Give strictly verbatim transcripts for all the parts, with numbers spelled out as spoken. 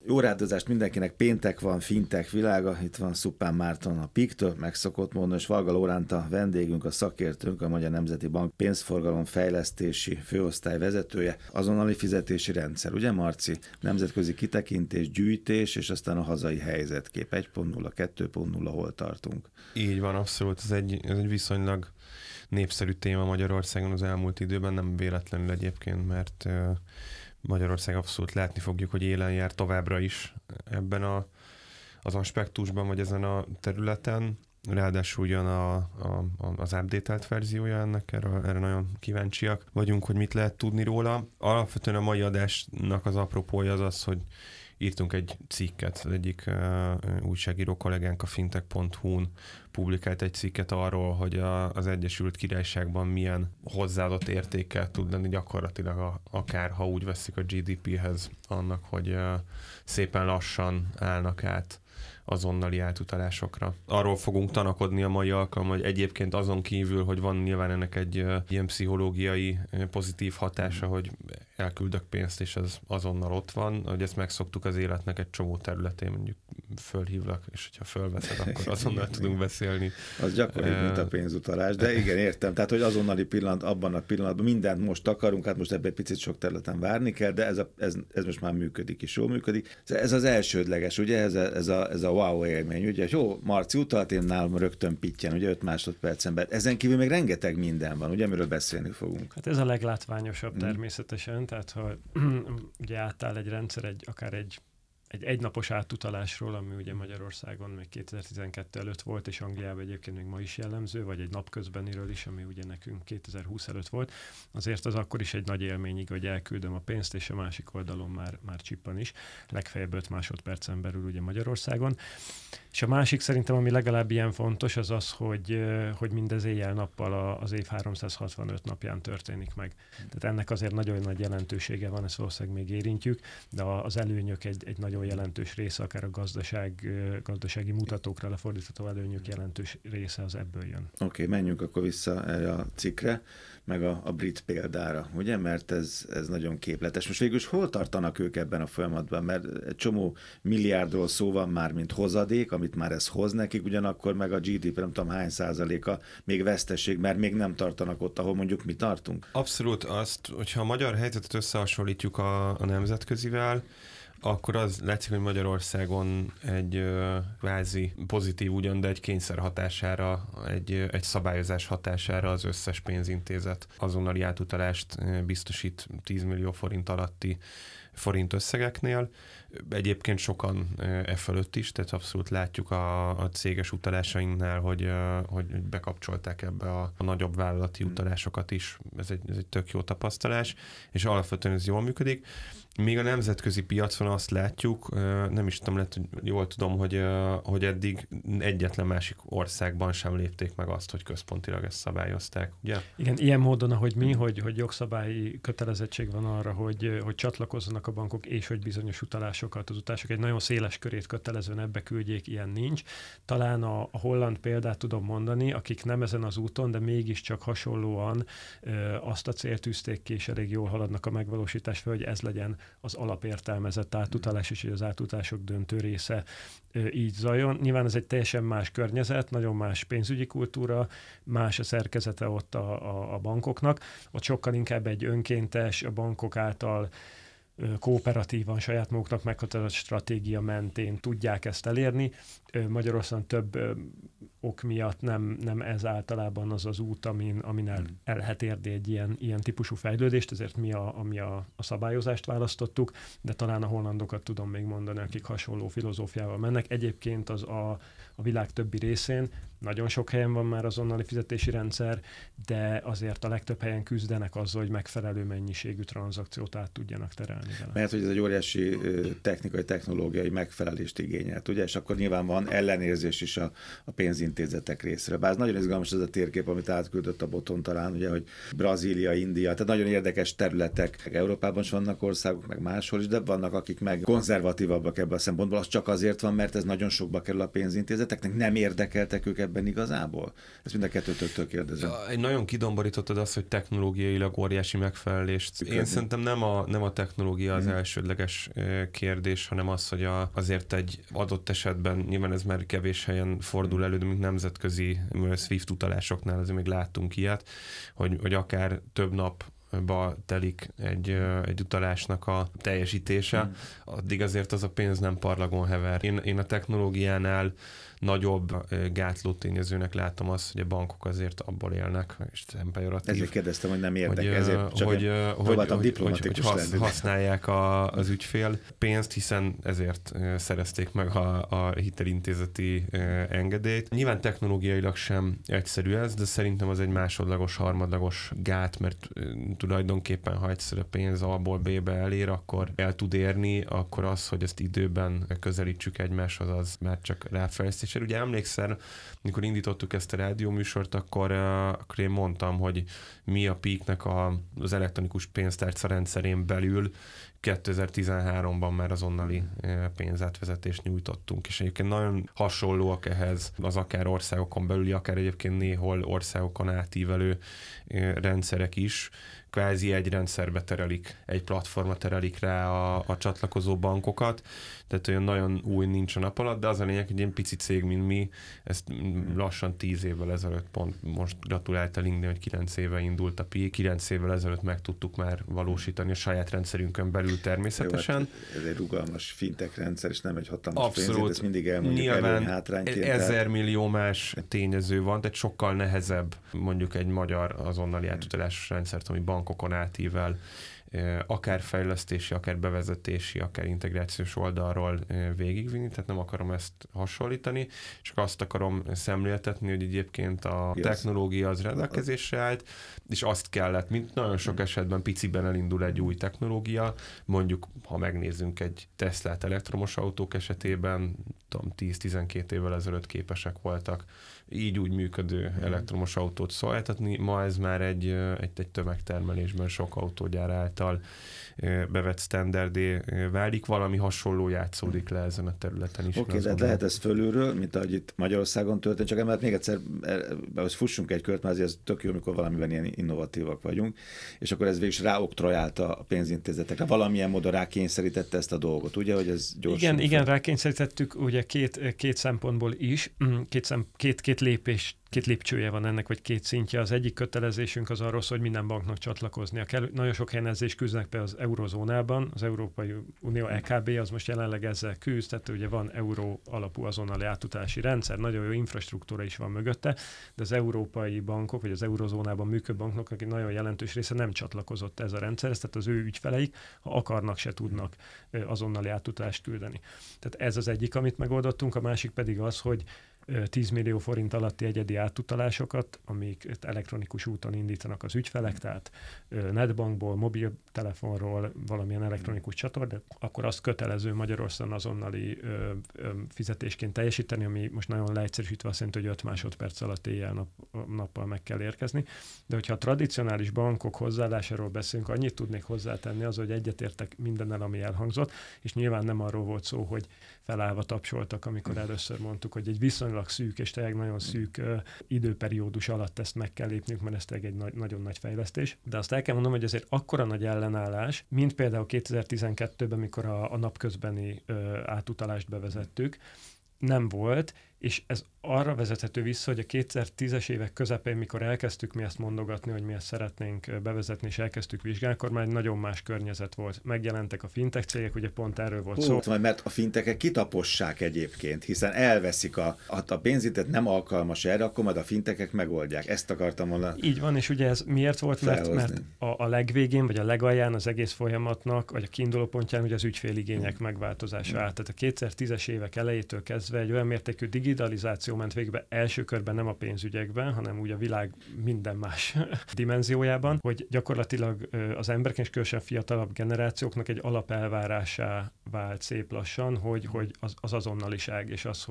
Jó rádozást mindenkinek, péntek van, fintech világa, itt van Szupán Márton a pé i ká-től, megszokott módon, és Varga Lóránt a vendégünk, a szakértőnk, a Magyar Nemzeti Bank pénzforgalom fejlesztési főosztály vezetője. Azonnali fizetési rendszer, ugye Marci? Nemzetközi kitekintés, gyűjtés, és aztán a hazai helyzetkép. egy pont nulla, kettő pont nulla, hol tartunk? Így van, abszolút. Ez egy, ez egy viszonylag népszerű téma Magyarországon az elmúlt időben, nem véletlenül egyébként, mert Magyarország abszolút látni fogjuk, hogy élen jár továbbra is ebben a, az aspektusban, vagy ezen a területen. Ráadásul ugyan a, a, az update-elt verziója ennek, erre, erre nagyon kíváncsiak vagyunk, hogy mit lehet tudni róla. Alapvetően a mai adásnak az apropója az az, hogy írtunk egy cikket, az egyik uh, újságíró kollégánk a fintech pont hu-n publikált egy cikket arról, hogy a, az Egyesült Királyságban milyen hozzáadott értékkel tud lenni gyakorlatilag a, akár, ha úgy veszik a gé dé pé-hez annak, hogy uh, szépen lassan állnak át azonnali átutalásokra. Arról fogunk tanakodni a mai alkalommal, hogy egyébként azon kívül, hogy van nyilván ennek egy uh, ilyen pszichológiai uh, pozitív hatása, hogy elküldök pénzt, és az azonnal ott van, hogy ezt megszoktuk az életnek egy csomó területén, mondjuk fölhívlak, és hogyha fölveszed, akkor azonnal tudunk beszélni. Az gyakori, uh, mint a pénzutalás, de igen, értem. Tehát, hogy azonnali pillanat, abban a pillanatban mindent most akarunk, hát most ebben egy picit sok területen várni kell, de ez, a, ez, ez most már működik is, jól működik. Ez az elsődleges, ugye, ez a, ez a, ez a wow élmény, ugye, jó, Marci utalt, én nálam rögtön pittyen, ugye öt másodpercen belül. Ezen kívül még rengeteg minden van, ugye, amiről beszélni fogunk. Hát ez a leglátványosabb hmm. természetesen, tehát ha ugye átáll egy rendszer, egy, akár egy egy egynapos átutalásról, ami ugye Magyarországon még kétezer-tizenkettő előtt volt, és Angliában egyébként még ma is jellemző, vagy egy napközbeniről is, ami ugye nekünk kétezer-húsz előtt volt, azért az akkor is egy nagy élményig, hogy elküldöm a pénzt, és a másik oldalon már, már csippan is, legfeljebb öt másodpercen belül ugye Magyarországon. És a másik szerintem, ami legalább ilyen fontos, az az, hogy, hogy mindez éjjel-nappal az év háromszázhatvanöt napján történik meg. Tehát ennek azért nagyon nagy jelentősége van, ezt valószínűleg még érintjük, de az előnyök egy, egy nagyon jelentős része, akár a gazdaság, gazdasági mutatókra lefordítható előnyök jelentős része az ebből jön. Oké, okay, menjünk akkor vissza erre a cikkre, meg a, a brit példára, ugye? Mert ez, ez nagyon képletes. Most végül is hol tartanak ők ebben a folyamatban? Mert egy csomó milliárdról szó van már, mint hozadék, amit már ez hoz nekik, ugyanakkor meg a gé dé pé nem tudom hány százaléka még veszteség, mert még nem tartanak ott, ahol mondjuk mi tartunk. Abszolút azt, hogyha a magyar helyzetet összehasonlítjuk a, a nemzetközivel, akkor az látszik, hogy Magyarországon egy ö, vázi pozitív ugyan, de egy kényszer hatására, egy, egy szabályozás hatására az összes pénzintézet azonnali átutalást biztosít tíz millió forint alatti forint összegeknél. Egyébként sokan e fölött is, tehát abszolút látjuk a, a céges utalásainknál, hogy, hogy bekapcsolták ebbe a, a nagyobb vállalati utalásokat is. Ez egy, ez egy tök jó tapasztalás, és alapvetően ez jól működik. Míg a nemzetközi piacon azt látjuk, nem is tudom, lehet, hogy jól tudom, hogy, hogy eddig egyetlen másik országban sem lépték meg azt, hogy központilag ezt szabályozták, ugye? Igen, ilyen módon, ahogy mi, hogy, hogy jogszabályi kötelezettség van arra, hogy, hogy csatlakozzanak a bankok, és hogy bizonyos utalásokat, az utások egy nagyon széles körét kötelezően ebbe küldjék, ilyen nincs. Talán a, a holland példát tudom mondani, akik nem ezen az úton, de mégiscsak hasonlóan ö, azt a célt tűzték ki, és elég jól haladnak a megvalósítás fel, hogy ez legyen az alapértelmezett átutalás, és hogy az átutalások döntő része ö, így zajjon. Nyilván ez egy teljesen más környezet, nagyon más pénzügyi kultúra, más a szerkezete ott a, a, a bankoknak. Ott sokkal inkább egy önkéntes, a bankok által kooperatívan saját maguknak meghatározott stratégia mentén tudják ezt elérni. Magyarországon több ok miatt nem, nem ez általában az az út, amin, amin el, el lehet érni egy ilyen, ilyen típusú fejlődést, ezért mi a, ami a, a szabályozást választottuk, de talán a hollandokat tudom még mondani, akik hasonló filozófiával mennek. Egyébként az a, a világ többi részén nagyon sok helyen van már azonnali fizetési rendszer, de azért a legtöbb helyen küzdenek azzal, hogy megfelelő mennyiségű tranzakciót át tudjanak terelni vele. Mert hogy ez egy óriási technikai, technológiai megfelelést igényelt, ugye? És akkor nyilván van ellenérzés is a, a pénzintézetek részéről. Bár ez nagyon izgalmas ez a térkép, amit átküldött a Boton talán, ugye, hogy Brazília, India, tehát nagyon érdekes területek. Európában is vannak országok, meg máshol is, de vannak, akik meg konzervatívabbak ebben a szempontból. Az csak azért van, mert ez nagyon sokba kerül a pénzintézeteknek, nem érdekeltek ők ebben igazából? Ezt mind a kettőtöktől kérdezem. Ja, egy nagyon kidomborítottad azt, hogy technológiailag óriási megfelelést. Én szerintem nem a, nem a technológia az mm. elsődleges kérdés, hanem az, hogy a, azért egy adott esetben, nyilván ez már kevés helyen fordul elő, de mint nemzetközi SWIFT utalásoknál azért még láttunk ilyet, hogy, hogy akár több nap ba telik egy, egy utalásnak a teljesítése, mm. addig azért az a pénz nem parlagon hever. Én, én a technológiánál nagyobb gátló tényezőnek látom azt, hogy a bankok azért abból élnek, és nem pejoratív. Ezért kérdeztem, hogy nem érdek, hogy, ezért csak hogy, próbáltam hogy, diplomatikus hogy, hogy lenni. használják a, az ügyfél pénzt, hiszen ezért szerezték meg a, a hitelintézeti engedélyt. Nyilván technológiailag sem egyszerű ez, de szerintem az egy másodlagos, harmadlagos gát, mert tulajdonképpen, ha egyszer a pénz A-ból B-be elér, akkor el tud érni, akkor az, hogy ezt időben közelítsük egymáshoz, az már csak ráfejlesztés. Ugye emlékszel, amikor indítottuk ezt a rádióműsort, akkor, akkor én mondtam, hogy mi a Peaknek a, az elektronikus pénztárca rendszerén belül kétezer-tizenháromban már azonnali pénzátvezetést nyújtottunk, és egyébként nagyon hasonlóak ehhez az akár országokon belüli, akár egyébként néhol országokon átívelő rendszerek is, kvázi egy rendszerbe terelik, egy platformra terelik rá a, a csatlakozó bankokat, tehát olyan nagyon új nincs a nap alatt, de az a lényeg, hogy egy pici cég, mint mi, ezt lassan tíz évvel ezelőtt, pont most gratulált a LinkedIn, hogy kilenc éve indult a Pi, kilenc évvel ezelőtt meg tudtuk már valósítani a saját rendszerünkön belül természetesen. Jó, hát ez egy rugalmas fintech rendszer, és nem egy hatalmas abszolút, pénzért, ezt mindig elmondjuk előny hátrányként. Ezer millió más tényező van, tehát sokkal nehezebb mondjuk egy magyar azonnali átutalásos rendszert, ami bankokon átível, akár fejlesztési, akár bevezetési, akár integrációs oldalról végigvinni, tehát nem akarom ezt hasonlítani, csak azt akarom szemléltetni, hogy egyébként a technológia az rendelkezésre állt, és azt kellett, mint nagyon sok esetben piciben elindul egy új technológia, mondjuk, ha megnézzünk egy Teslát elektromos autók esetében, tudom, tíz-tizenkét évvel ezelőtt képesek voltak így úgy működő elektromos autót szolgáltatni. Ma ez már egy, egy, egy tömegtermelésben sok autógyár által bevett standardé válik, valami hasonló játszódik le ezen a területen is. Oké, okay, de lehet ez fölülről, mint ahogy itt Magyarországon történt, csak emellett még egyszer, hogy fussunk egy kört, mert azért ez tök jó, amikor valamiben ilyen innovatívak vagyunk, és akkor ez végül is ráoktrojálta a pénzintézetekre, valamilyen módon rákényszerítette ezt a dolgot, ugye, hogy ez gyorsan... Igen, igen, rákényszerítettük ugye két, két szempontból is, két, szem, két, két lépés, két lépcsője van ennek, vagy két szintje. Az egyik kötelezésünk az arról szól, hogy minden banknak csatlakoznia kell. Nagyon sok helyen ezzel is küzdnek be az eurozónában, az Európai Unió é ká bé az most jelenleg ezzel küzd, tehát ugye van euró alapú azonnali átutalási rendszer, nagyon jó infrastruktúra is van mögötte, de az európai bankok, vagy az eurozónában működő bankok, akik nagyon jelentős része nem csatlakozott ez a rendszer, tehát az ő ügyfeleik, ha akarnak, se tudnak azonnali átutalást küldeni. Tehát ez az egyik, amit megoldottunk, a másik pedig az, hogy tíz millió forint alatti egyedi átutalásokat, amik elektronikus úton indítanak az ügyfelek, tehát netbankból, mobiltelefonról, valamilyen elektronikus csatornát, akkor azt kötelező Magyarországon azonnali ö, ö, fizetésként teljesíteni, ami most nagyon leegyszerűsítve azt jelenti, hogy öt másodperc alatt éjjel nap, nappal meg kell érkezni. De hogyha a tradicionális bankok hozzáállásáról beszélünk, annyit tudnék hozzátenni az, hogy egyetértek mindennel, ami elhangzott, és nyilván nem arról volt szó, hogy felállva tapsoltak, amikor először mondtuk, hogy egy viszonylag szűk és tényleg nagyon szűk uh, időperiódus alatt ezt meg kell lépnünk, mert ez tényleg egy nagy, nagyon nagy fejlesztés. De azt el kell mondanom, hogy azért akkora nagy ellenállás, mint például kétezer-tizenkettőben, amikor a, a napközbeni uh, átutalást bevezettük, nem volt, és ez arra vezethető vissza, hogy a kétezer-tízes évek közepén, mikor elkezdtük mi ezt mondogatni, hogy mi ezt szeretnénk bevezetni, és elkezdtük vizsgálni, akkor már egy nagyon más környezet volt. Megjelentek a fintech cégek, ugye pont erről volt szó. Majd, mert a fintechek kitapossák egyébként, hiszen elveszik a, a pénzintet, nem alkalmas erre, akkor majd a fintechek megoldják. Ezt akartam volna. Így van, és ugye ez miért volt? Mert, mert a, a legvégén, vagy a legalján az egész folyamatnak, vagy a kiinduló pontján ugye az ügyféligények hmm. megváltozása hmm. állt. Tehát a kétezer-tízes évek elejétől kezdve egy olyan mértékű digitalizáció ment végbe első körben nem a pénzügyekben, hanem úgy a világ minden más dimenziójában, hogy gyakorlatilag az emberek és különösen fiatalabb generációknak egy alapelvárásá vált szép lassan, hogy, hogy az, az azonnaliság és az, hogy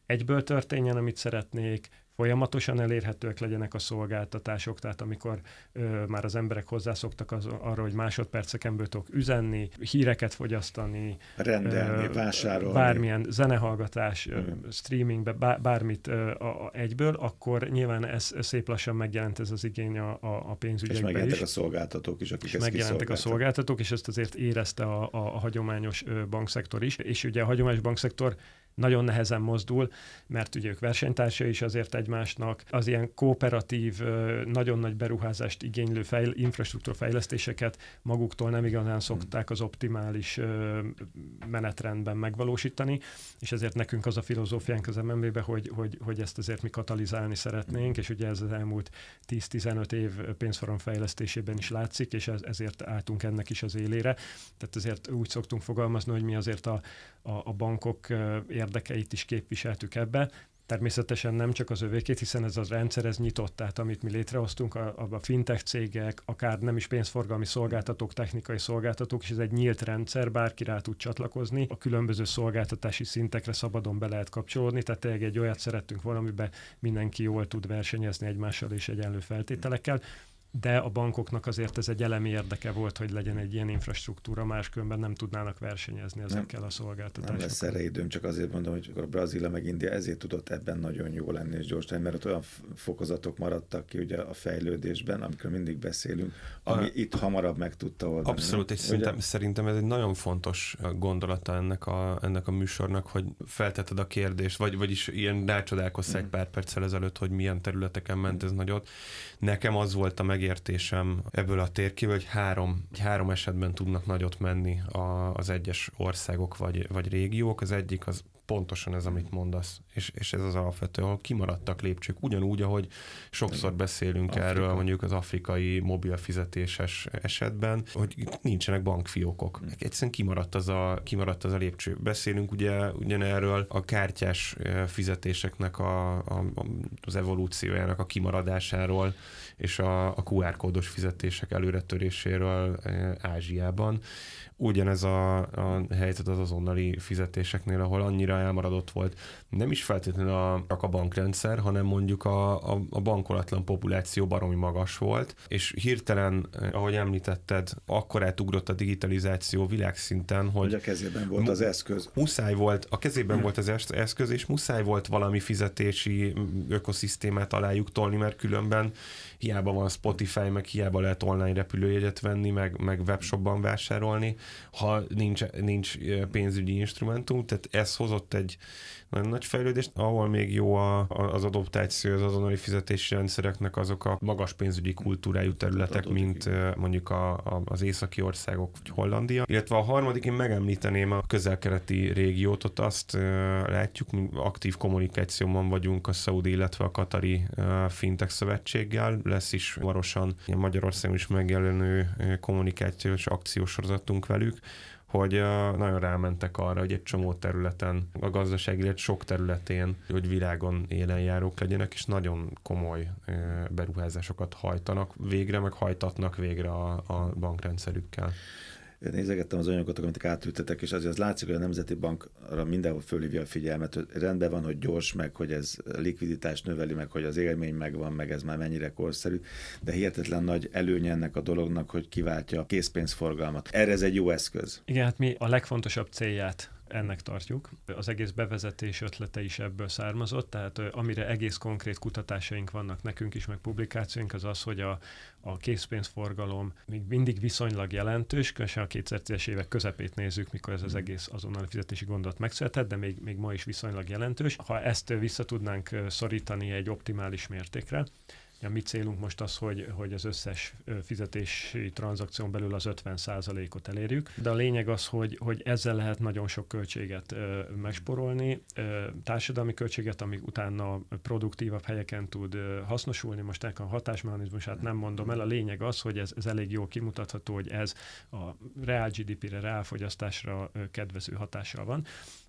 egyből történjen, amit szeretnék, folyamatosan elérhetőek legyenek a szolgáltatások, tehát amikor ö, már az emberek hozzászoktak az, arra, hogy másodperceken belül tudok üzenni, híreket fogyasztani, rendelni, ö, vásárolni, bármilyen zenehallgatás, ö, mm. streamingbe, bár, bármit ö, a, a egyből, akkor nyilván ez szép lassan megjelent ez az igény a, a, a pénzügyekben is. És megjelentek a szolgáltatók is, akik és megjelentek a szolgáltatók, és ezt azért érezte a, a, a hagyományos ö, bankszektor is, és ugye a hagyományos bankszektor nagyon nehezen mozdul, mert ugye ők versenytársai is azért egymásnak. Az ilyen kooperatív, nagyon nagy beruházást igénylő fejl- infrastruktúra fejlesztéseket maguktól nem igazán szokták az optimális menetrendben megvalósítani, és ezért nekünk az a filozófiánk az em en bé-be, hogy, hogy, hogy ezt azért mi katalizálni szeretnénk, és ugye ez az elmúlt tíz-tizenöt év pénzforgalom fejlesztésében is látszik, és ez, ezért álltunk ennek is az élére. Tehát ezért úgy szoktunk fogalmazni, hogy mi azért a, a, a bankok érdekeit is képviseltük ebbe. Természetesen nem csak az övékét, hiszen ez a rendszer ez nyitott, tehát amit mi létrehoztunk, a, a fintech cégek, akár nem is pénzforgalmi szolgáltatók, technikai szolgáltatók, és ez egy nyílt rendszer, bárki rá tud csatlakozni, a különböző szolgáltatási szintekre szabadon be lehet kapcsolódni, tehát tényleg egy olyat szerettünk valamiben mindenki jól tud versenyezni egymással és egyenlő feltételekkel. De a bankoknak azért ez egy elemi érdeke volt, hogy legyen egy ilyen infrastruktúra, máskülönben nem tudnának versenyezni ezekkel a szolgáltatásokkal. Nem lesz erre időm, csak azért mondom, hogy a Brazília meg India ezért tudott ebben nagyon jó lenni és gyors lenni, mert ott olyan fokozatok maradtak ki ugye a fejlődésben, amikor mindig beszélünk, ami a... itt hamarabb meg tudta oldani. Abszolút, és szerintem, szerintem ez egy nagyon fontos gondolata ennek a, ennek a műsornak, hogy feltetted a kérdést, vagy, vagyis ilyen rácsodálkozsz egy pár perccel ezelőtt, hogy milyen területeken ment ez nagyot. Nekem az volt a megértésem ebből a térkéből, hogy három, három esetben tudnak nagyot menni a, az egyes országok vagy, vagy régiók. Az egyik az pontosan ez, amit mondasz, és, és ez az alapvető, ahol kimaradtak lépcsők. Ugyanúgy, ahogy sokszor beszélünk Afrika. Erről, mondjuk az afrikai mobil fizetéses esetben, hogy nincsenek bankfiókok. Hmm. Egyszerűen kimaradt az, a, kimaradt az a lépcső. Beszélünk ugye ugyanerről a kártyás fizetéseknek a, a, az evolúciójának a kimaradásáról, és a, a kú ár kódos fizetések előretöréséről Ázsiában. Ugyanez a, a helyzet az azonnali fizetéseknél, ahol annyira elmaradott volt. Nem is feltétlenül a, a bankrendszer, hanem mondjuk a, a, a bankolatlan populáció baromi magas volt, és hirtelen, ahogy említetted, akkor átugrott a digitalizáció világszinten, hogy, hogy a kezében volt mu- az eszköz. Muszáj volt, a kezében hmm. volt az eszköz, és muszáj volt valami fizetési ökoszisztémát alájuk tolni, mert különben hiába van Spotify, meg hiába lehet online repülőjegyet venni, meg, meg webshopban vásárolni, ha nincs, nincs pénzügyi instrumentum, tehát ez hozott egy nagyon nagy fejlődést, ahol még jó a, az adoptáció az azonnali fizetési rendszereknek azok a magas pénzügyi kultúrájú területek, mint mondjuk a, a, az északi országok, vagy Hollandia. Illetve a harmadik, én megemlíteném a közel-keleti régiót, ott azt uh, látjuk, aktív kommunikációban vagyunk a szaudi, illetve a katari uh, fintech szövetséggel, lesz is hamarosan Magyarországon is megjelenő kommunikációs akciósorozatunk velük, hogy uh, nagyon rámentek arra, hogy egy csomó területen, a gazdaság, illetve sok területén, hogy világon élenjárók legyenek, és nagyon komoly uh, beruházásokat hajtanak végre, meg hajtatnak végre a, a bankrendszerükkel. Nézegettem az anyagokat, amit átültetek, és azért az látszik, hogy a Nemzeti Bankra mindenhol fölhívja a figyelmet, hogy rendben van, hogy gyors, meg hogy ez likviditást növeli, meg hogy az élmény megvan, meg ez már mennyire korszerű, de hihetetlen nagy előnye ennek a dolognak, hogy kiváltja a készpénzforgalmat. Erre ez egy jó eszköz. Igen, hát mi a legfontosabb célját ennek tartjuk. Az egész bevezetés ötlete is ebből származott, tehát amire egész konkrét kutatásaink vannak nekünk is, meg publikációink, az az, hogy a, a készpénzforgalom még mindig viszonylag jelentős, különösen a kétezer-tízes évek közepét nézzük, mikor ez az egész azonnali fizetési gondolat megszületett, de még, még ma is viszonylag jelentős. Ha ezt vissza tudnánk szorítani egy optimális mértékre, a mi célunk most az, hogy, hogy az összes fizetési tranzakción belül az ötven százalékot elérjük, de a lényeg az, hogy, hogy ezzel lehet nagyon sok költséget ö, megsporolni, ö, társadalmi költséget, ami utána produktívabb helyeken tud ö, hasznosulni. Most ennek a hatásmechanizmusát nem mondom el, a lényeg az, hogy ez, ez elég jól kimutatható, hogy ez a reál gé dé pére, reál fogyasztásra ö, kedvező hatással van,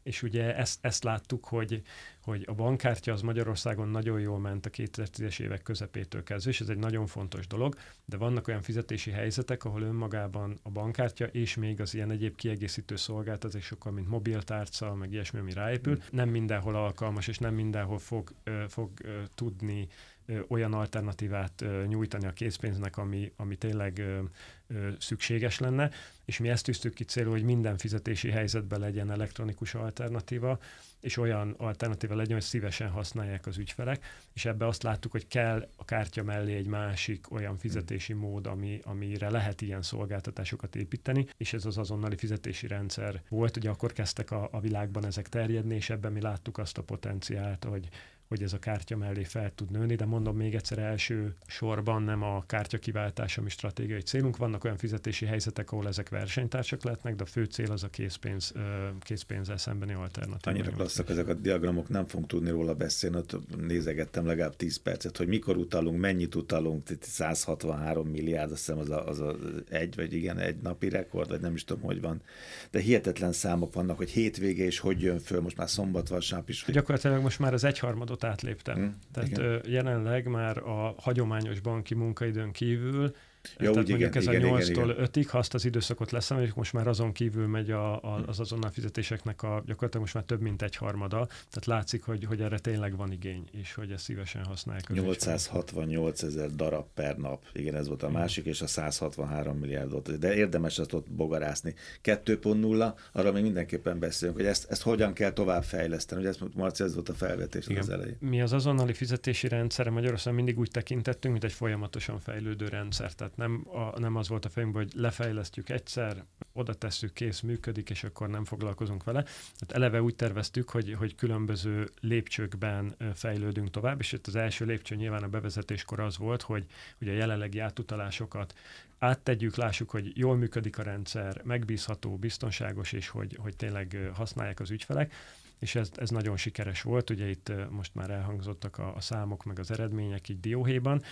és ugye ezt, ezt láttuk, hogy, hogy a bankkártya az Magyarországon nagyon jól ment a kétezer-tízes évek közepétől kezdve, és ez egy nagyon fontos dolog, de vannak olyan fizetési helyzetek, ahol önmagában a bankkártya és még az ilyen egyéb kiegészítő szolgáltatásokkal, mint mobiltárca, meg ilyesmi, ami ráépül, mm. nem mindenhol alkalmas, és nem mindenhol fog, fog tudni olyan alternatívát nyújtani a készpénznek, ami, ami tényleg szükséges lenne, és mi ezt tűztük ki célul, hogy minden fizetési helyzetben legyen elektronikus alternatíva, és olyan alternatíva legyen, hogy szívesen használják az ügyfelek, és ebbe azt láttuk, hogy kell a kártya mellé egy másik olyan fizetési mód, ami, amire lehet ilyen szolgáltatásokat építeni, és ez az azonnali fizetési rendszer volt, ugye akkor kezdtek a, a világban ezek terjedni, és ebben mi láttuk azt a potenciált, hogy hogy ez a kártya mellé fel tud nőni, de mondom még egyszer, első sorban nem a kártya kiváltás, ami stratégiai célunk. Vannak olyan fizetési helyzetek, ahol ezek versenytársak lehetnek, de a fő cél az a készpénz, készpénzzel szembeni alternatíva. Annyira klasszak ezek a diagramok, nem fogunk tudni róla beszélni, ott nézegettem legalább tíz percet, hogy mikor utalunk, mennyit utalunk, száz hatvanhárom milliárd, azt hiszem az a, az a egy, vagy igen, egy napi rekord, vagy nem is tudom, hogy van. De hihetetlen számok vannak, hogy hétvége és hogy jön föl, most már szombat, vasárnap is. Hogy... Gyakorlatilag most már az egyharmadot átléptem. Hmm, Tehát igen. jelenleg már a hagyományos banki munkaidőn kívül, ja, tehát mondjuk igen, ez igen, a nyolctól ötig, ha azt az időszakot leszámoljuk, most már azon kívül megy a, a, az azonnal fizetéseknek a gyakorlatilag most már több mint egy harmada, tehát látszik, hogy, hogy erre tényleg van igény, és hogy ezt szívesen használják. nyolcszázhatvannyolc ezer darab per nap, igen, ez volt a másik, és a száz hatvanhárom milliárdot, de érdemes ezt ott bogarászni. kettő pont nulla, arra még mindenképpen beszélünk, hogy ezt, ezt hogyan kell tovább fejleszteni, hogy ezt, Marci, ez volt a felvetés igen. az elején. Mi az azonnali fizetési rendszerre Magyarországon mindig úgy tekintettünk, mint egy folyamatosan fejlődő rendszer, tehát nem, a, nem az volt a fejünkben, hogy lefejlesztjük egyszer, oda tesszük, kész, működik, és akkor nem foglalkozunk vele. Tehát eleve úgy terveztük, hogy, hogy különböző lépcsőkben fejlődünk tovább, és itt az első lépcső nyilván a bevezetéskor az volt, hogy, hogy a jelenlegi átutalásokat áttegyük, lássuk, hogy jól működik a rendszer, megbízható, biztonságos, és hogy, hogy tényleg használják az ügyfelek. És ez, ez nagyon sikeres volt, ugye itt most már elhangzottak a, a számok, meg az eredmények így dióhéjban,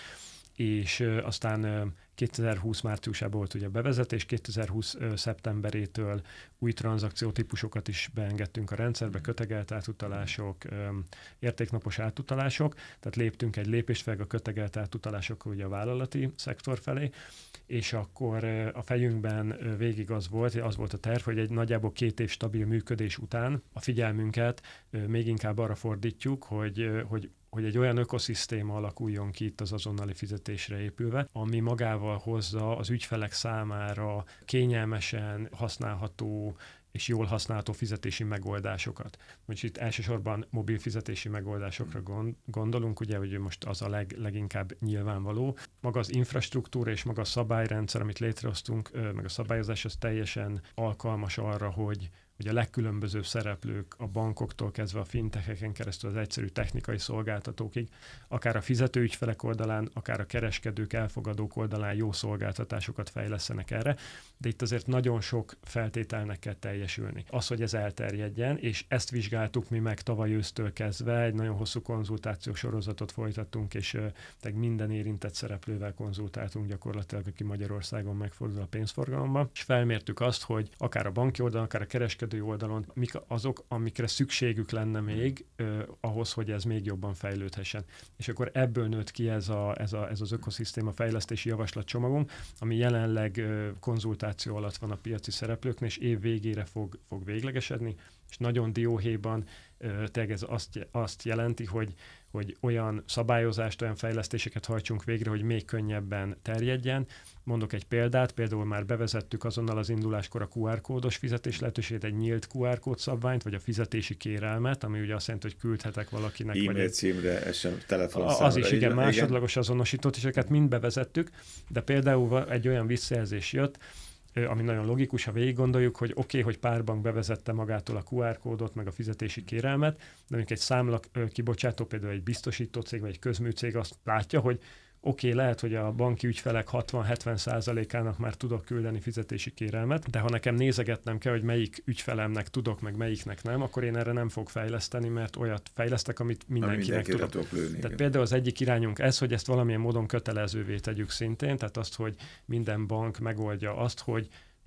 és ö, aztán ö, kétezer-húsz márciusában volt ugye a bevezetés, kétezer-húsz ö, szeptemberétől új tranzakciótípusokat is beengedtünk a rendszerbe, kötegelt átutalások, ö, értéknapos átutalások, tehát léptünk egy lépést fel a kötegelt átutalások ugye a vállalati szektor felé, és akkor ö, a fejünkben ö, végig az volt, az volt a terv, hogy egy nagyjából két év stabil működés után a figyelmünket ö, még inkább arra fordítjuk, hogy, ö, hogy hogy egy olyan ökoszisztéma alakuljon ki itt az azonnali fizetésre épülve, ami magával hozza az ügyfelek számára kényelmesen használható és jól használható fizetési megoldásokat. Most itt elsősorban mobil fizetési megoldásokra gondolunk, ugye, hogy most az a leg, leginkább nyilvánvaló. Maga az infrastruktúra és maga a szabályrendszer, amit létrehoztunk, meg a szabályozás, az teljesen alkalmas arra, hogy hogy a legkülönbözőbb szereplők a bankoktól kezdve a fintecheken keresztül az egyszerű technikai szolgáltatókig, akár a fizető ügyfelek oldalán, akár a kereskedők, elfogadók oldalán jó szolgáltatásokat fejlesztenek erre, de itt azért nagyon sok feltételnek kell teljesülni. Az, hogy ez elterjedjen, és ezt vizsgáltuk mi meg tavaly ősztől kezdve, egy nagyon hosszú konzultációs sorozatot folytattunk, és uh, minden érintett szereplővel konzultáltunk gyakorlatilag, aki Magyarországon megfordul a pénzforgalomba, és felmértük azt, hogy akár a banki oldalon, akár a kereskedő oldalon, mik azok, amikre szükségük lenne még eh, ahhoz, hogy ez még jobban fejlődhessen. És akkor ebből nőtt ki ez, a, ez, a, ez az ökoszisztéma fejlesztési javaslatcsomagunk, ami jelenleg eh, konzultáció alatt van a piaci szereplőknél, és év végére fog, fog véglegesedni, és nagyon dióhéjban eh, tényleg ez azt, azt jelenti, hogy hogy olyan szabályozást, olyan fejlesztéseket hajtsunk végre, hogy még könnyebben terjedjen. Mondok egy példát, például már bevezettük azonnal az induláskor a kú er kódos fizetés lehetőséget, egy nyílt kú er kód szabványt, vagy a fizetési kérelmet, ami ugye azt jelenti, hogy küldhetek valakinek. E-mail címre, es em es, telefonszámra. Az is, igen, másodlagos azonosítót, és ezeket mind bevezettük, de például egy olyan visszajelzés jött, ami nagyon logikus, ha végig gondoljuk, hogy oké, okay, hogy pár bank bevezette magától a kú er kódot, meg a fizetési kérelmet, de mondjuk egy számla kibocsátó, például egy biztosító cég, vagy egy közműcég azt látja, hogy oké, okay, lehet, hogy a banki ügyfelek hatvan-hetven százalékának már tudok küldeni fizetési kérelmet, de ha nekem nézegetnem kell, hogy melyik ügyfelemnek tudok, meg melyiknek nem, akkor én erre nem fog fejleszteni, mert olyat fejlesztek, amit mindenkinek tudok. tudok lőni, tehát igen. Például az egyik irányunk ez, hogy ezt valamilyen módon kötelezővé tegyük szintén, tehát azt, hogy minden bank megoldja azt, hogy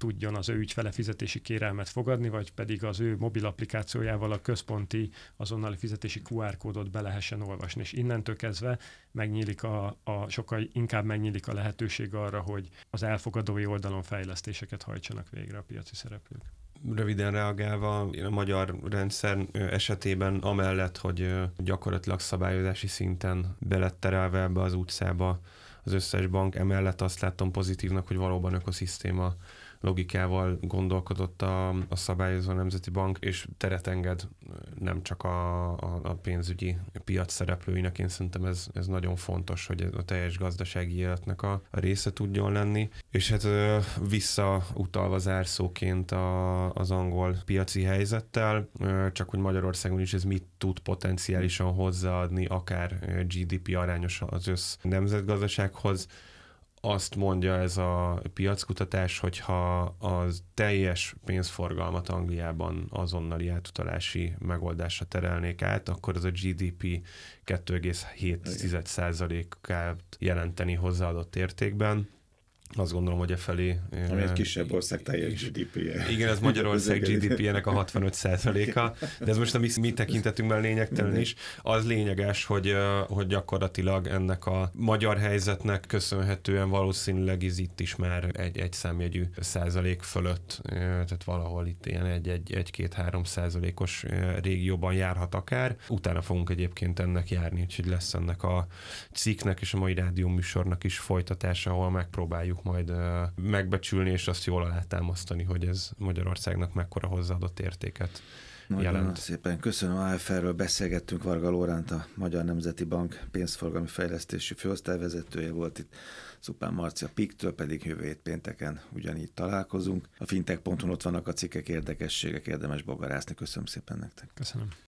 tudjon az ő ügyfele fizetési kérelmet fogadni, vagy pedig az ő mobil applikációjával a központi azonnali fizetési kú ár kódot be lehessen olvasni. És innentől kezdve megnyílik a, a, sokkal inkább megnyílik a lehetőség arra, hogy az elfogadói oldalon fejlesztéseket hajtsanak végre a piaci szereplők. Röviden reagálva, a magyar rendszer esetében amellett, hogy gyakorlatilag szabályozási szinten beletterelve ebbe az utcába az összes bank, emellett azt látom pozitívnak, hogy valóban ökoszisztéma logikával gondolkodott a, a szabályozó nemzeti bank, és teret enged nem csak a, a, a pénzügyi piac szereplőinek. Én szerintem ez, ez nagyon fontos, hogy a teljes gazdasági életnek a, a része tudjon lenni. És hát visszautalva zárszóként a, az angol piaci helyzettel, csak hogy Magyarországon is ez mit tud potenciálisan hozzáadni, akár gé dé pé arányos az össz nemzetgazdasághoz. Azt mondja ez a piackutatás, hogyha az teljes pénzforgalmat Angliában azonnali átutalási megoldásra terelnék át, akkor az a gé dé pé kettő egész hét százalékát jelenteni hozzáadott értékben. Azt gondolom, hogy e felé... Ami egy kisebb ország teljes gé dé pé-je. Igen, ez Magyarország gé dé pé-jének a hatvanöt százaléka, de ez most a mi, mi tekintetünkben lényegtelen is. Az lényeges, hogy, hogy gyakorlatilag ennek a magyar helyzetnek köszönhetően valószínűleg ez itt is már egy, egy számjegyű százalék fölött, tehát valahol itt ilyen egy-két-három százalékos régióban járhat akár. Utána fogunk egyébként ennek járni, úgyhogy lesz ennek a cikknek és a mai rádióműsornak is folytatása, ahol megpróbáljuk majd uh, megbecsülni, és azt jól alátámasztani, hogy ez Magyarországnak mekkora hozzáadott értéket Nagyon jelent. Szépen köszönöm. á ef er-ről beszélgettünk, Varga Lóránt, a Magyar Nemzeti Bank pénzforgalmi fejlesztési főosztályvezetője volt itt, Szupán Marci a pé i ká-től, pedig jövő hét pénteken ugyanígy találkozunk. A fintech pont hu ott vannak a cikkek, érdekességek, érdemes bogarászni. Köszönöm szépen nektek. Köszönöm.